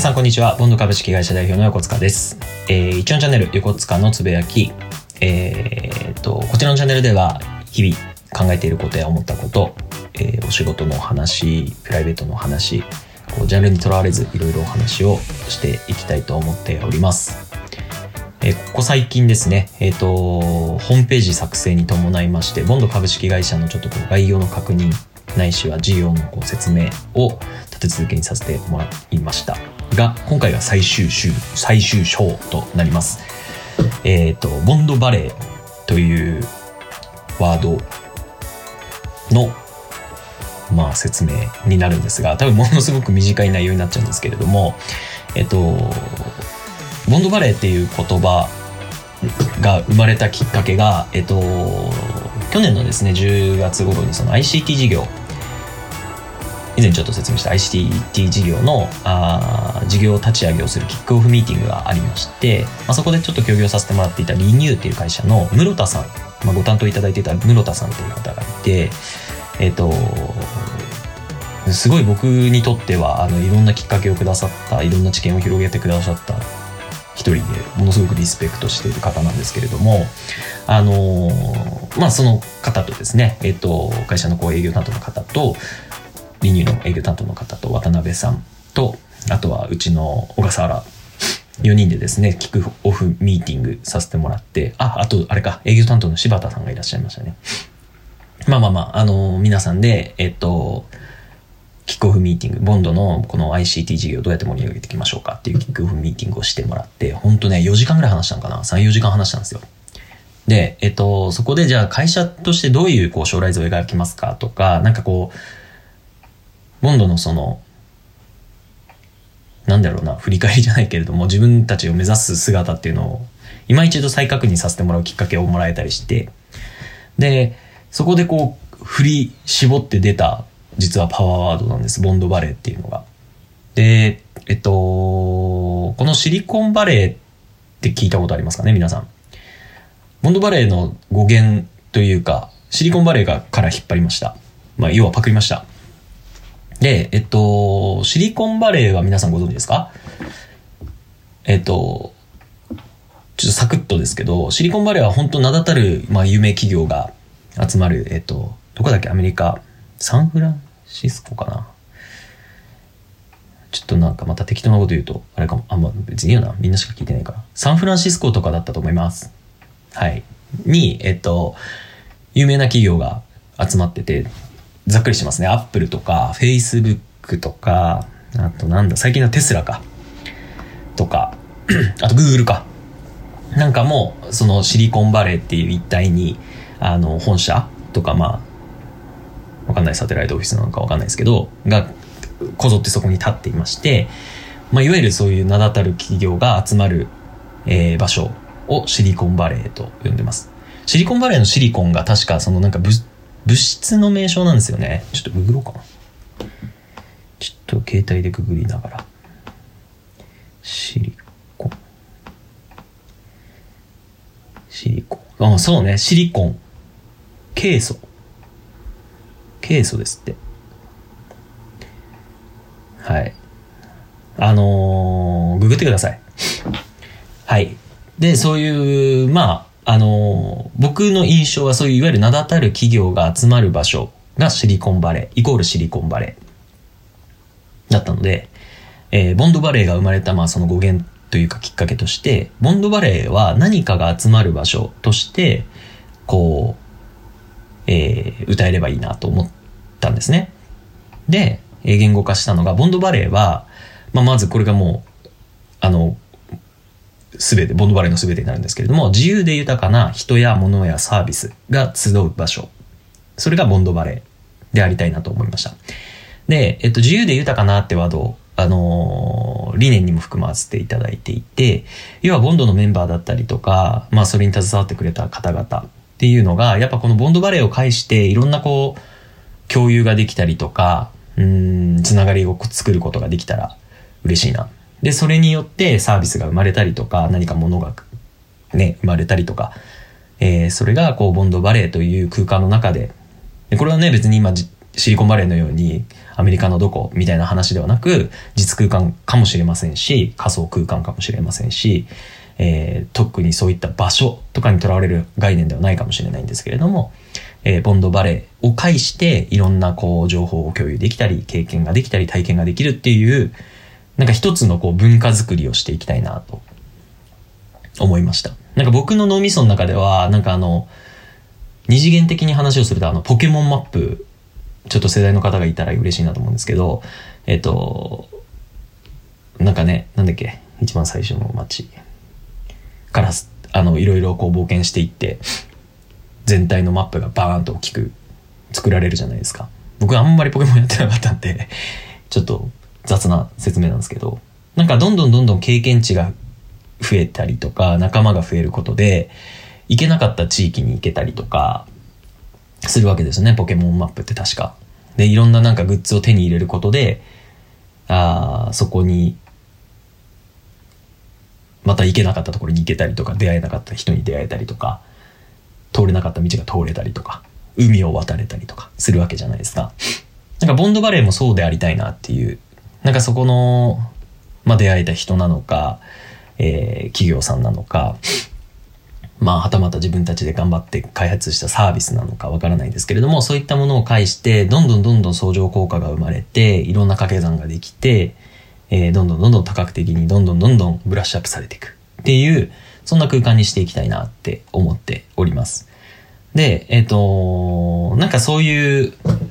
さんこんにちは。ボンド株式会社代表の横塚です。一応チャンネル横塚のつぶやき、こちらのチャンネルでは日々考えていることや思ったこと、お仕事の話、プライベートの話、ジャンルにとらわれずいろいろお話をしていきたいと思っております。ここ最近ですね、ホームページ作成に伴いましてボンド株式会社のちょっと概要の確認ないしは事業の説明を立て続けにさせてもらいましたが、今回が最終章となります。ボンドバレーというワードの説明になるんですが、多分ものすごく短い内容になっちゃうんですけれども、ボンドバレーっていう言葉が生まれたきっかけが、去年のですね10月頃にその ICT 事業、以前ちょっと説明した ICT 事業の事業立ち上げをするキックオフミーティングがありまして、そこでちょっと協業させてもらっていたリニューっていう会社の室田さん、ご担当いただいていた室田さんという方がいて、すごい僕にとってはいろんなきっかけをくださった、いろんな知見を広げてくださった一人でものすごくリスペクトしている方なんですけれども、その方とですね、会社の営業担当の方とリニューの営業担当の方と渡辺さんと、あとはうちの小笠原4人でですねキックオフミーティングさせてもらって、あとあれか、営業担当の柴田さんがいらっしゃいましたね。皆さんでキックオフミーティング、ボンドのこの ICT 事業をどうやって盛り上げていきましょうかっていうキックオフミーティングをしてもらって、本当ね4時間ぐらい話したのかな、3、4時間話したんですよ。で、そこでじゃあ会社としてどういう将来像を描きますかとか、ボンドの振り返りじゃないけれども、自分たちを目指す姿っていうのを今一度再確認させてもらうきっかけをもらえたりして、で、そこで振り絞って出た実はパワーワードなんです、ボンドバレーっていうのが。で、このシリコンバレーって聞いたことありますかね、皆さん。ボンドバレーの語源というか、シリコンバレーから引っ張りました。要はパクりました。で、シリコンバレーは皆さんご存知ですか？ちょっとサクッとですけど、シリコンバレーは本当名だたる、有名企業が集まる、どこだっけ、アメリカ、サンフランシスコかな。ちょっとまた適当なこと言うとあれかも、別にいいよな、みんなしか聞いてないから。サンフランシスコとかだったと思います。はい。に、有名な企業が集まってて、ざっくりしてますね。アップルとか、フェイスブックとか、あと最近のテスラか。とか、あとグーグルか。も、そのシリコンバレーっていう一帯に、本社とか、わかんない、サテライトオフィスなのかわかんないですけど、が、こぞってそこに立っていまして、いわゆるそういう名だたる企業が集まる、場所をシリコンバレーと呼んでます。シリコンバレーのシリコンが確か物質の名称なんですよね。ちょっとググろうかな。ちょっと携帯でググりながら。シリコン。そうね。シリコン。ケイ素ですって。はい。ググってください。はい。で、そういう、僕の印象はそういういわゆる名だたる企業が集まる場所がシリコンバレー、イコールシリコンバレーだったので、ボンドバレーが生まれたその語源というかきっかけとして、ボンドバレーは何かが集まる場所として歌えればいいなと思ったんですね。で、言語化したのが、ボンドバレーは、まずこれがもう全てボンドバレーの全てになるんですけれども、自由で豊かな人や物やサービスが集う場所、それがボンドバレーでありたいなと思いました。で、自由で豊かなってワードを理念にも含ませていただいていて、要はボンドのメンバーだったりとか、それに携わってくれた方々っていうのが、やっぱこのボンドバレーを介していろんな共有ができたりとか、つながりを作ることができたら嬉しいな。で、それによってサービスが生まれたりとか、何か物がね、生まれたりとか、それがボンドバレーという空間の中で、これはね、別に今シリコンバレーのようにアメリカのどこみたいな話ではなく、実空間かもしれませんし、仮想空間かもしれませんし、特にそういった場所とかにとらわれる概念ではないかもしれないんですけれども、ボンドバレーを介していろんなこう情報を共有できたり、経験ができたり、体験ができるっていう、なんか一つのこう文化づくりをしていきたいなと思いました。なんか僕の脳みその中では、なんか二次元的に話をするとポケモンマップ、ちょっと世代の方がいたら嬉しいなと思うんですけど、なんかね、なんだっけ、一番最初の街からいろいろこう冒険していって、全体のマップがバーンと大きく作られるじゃないですか。僕あんまりポケモンやってなかったんで、ちょっと雑な説明なんですけど、なんかどんどん経験値が増えたりとか、仲間が増えることで、行けなかった地域に行けたりとかするわけですよね、ポケモンマップって確か。で、いろんななんかグッズを手に入れることで、そこにまた行けなかったところに行けたりとか、出会えなかった人に出会えたりとか、通れなかった道が通れたりとか、海を渡れたりとかするわけじゃないですか。なんかボンドバレーもそうでありたいなっていう、なんかそこの、出会えた人なのか、企業さんなのか、はたまた自分たちで頑張って開発したサービスなのかわからないですけれども、そういったものを介してどんどん相乗効果が生まれて、いろんな掛け算ができて、どんどん多角的にどんどんブラッシュアップされていくっていう、そんな空間にしていきたいなって思っております。で、なんかそういう、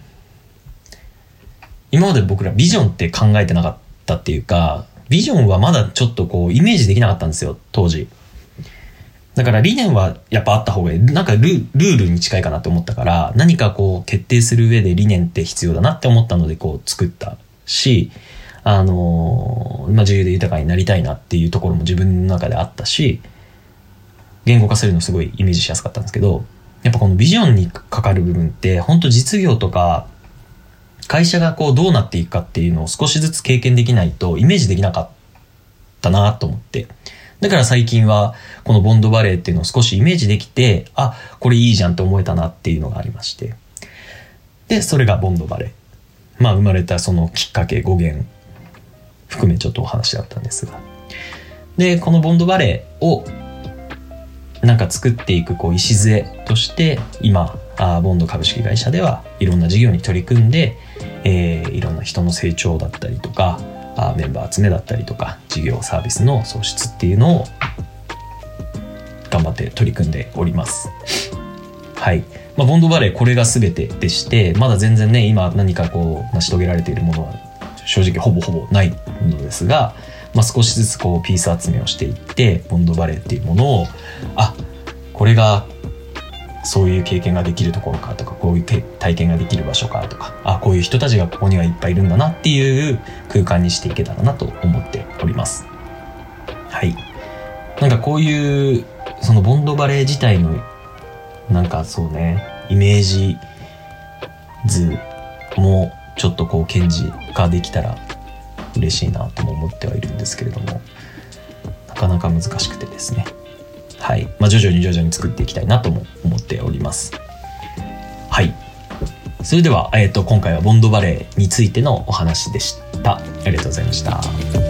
今まで僕らビジョンって考えてなかったっていうか、ビジョンはまだちょっとこうイメージできなかったんですよ、当時。だから理念はやっぱあった方がいい。なんかルールに近いかなって思ったから、何かこう決定する上で理念って必要だなって思ったのでこう作ったし、自由で豊かになりたいなっていうところも自分の中であったし、言語化するのすごいイメージしやすかったんですけど、やっぱこのビジョンにかかる部分って本当実業とか会社がこうどうなっていくかっていうのを少しずつ経験できないとイメージできなかったなと思って、だから最近はこのボンドバレーっていうのを少しイメージできて、これいいじゃんって思えたなっていうのがありまして、でそれがボンドバレー、生まれたそのきっかけ、語源含めちょっとお話だったんですが、でこのボンドバレーをなんか作っていくこう礎として今ボンド株式会社ではいろんな事業に取り組んで、いろんな人の成長だったりとかメンバー集めだったりとか事業サービスの創出っていうのを頑張って取り組んでおります。はい、ボンドバレーこれが全てでして、まだ全然ね今何かこう成し遂げられているものは正直ほぼないのですが、少しずつこうピース集めをしていってボンドバレーっていうものをこれがそういう経験ができるところかとか、こういう体験ができる場所かとか、こういう人たちがここにはいっぱいいるんだなっていう空間にしていけたらなと思っております。はい、なんかこういうそのボンドバレー自体のなんかそうねイメージ図もちょっとこう顕示化できたら嬉しいなとも思ってはいるんですけれども、なかなか難しくてですね、はい、徐々に作っていきたいなとも思っております。はい、それでは、今回はボンドバレーについてのお話でした。ありがとうございました。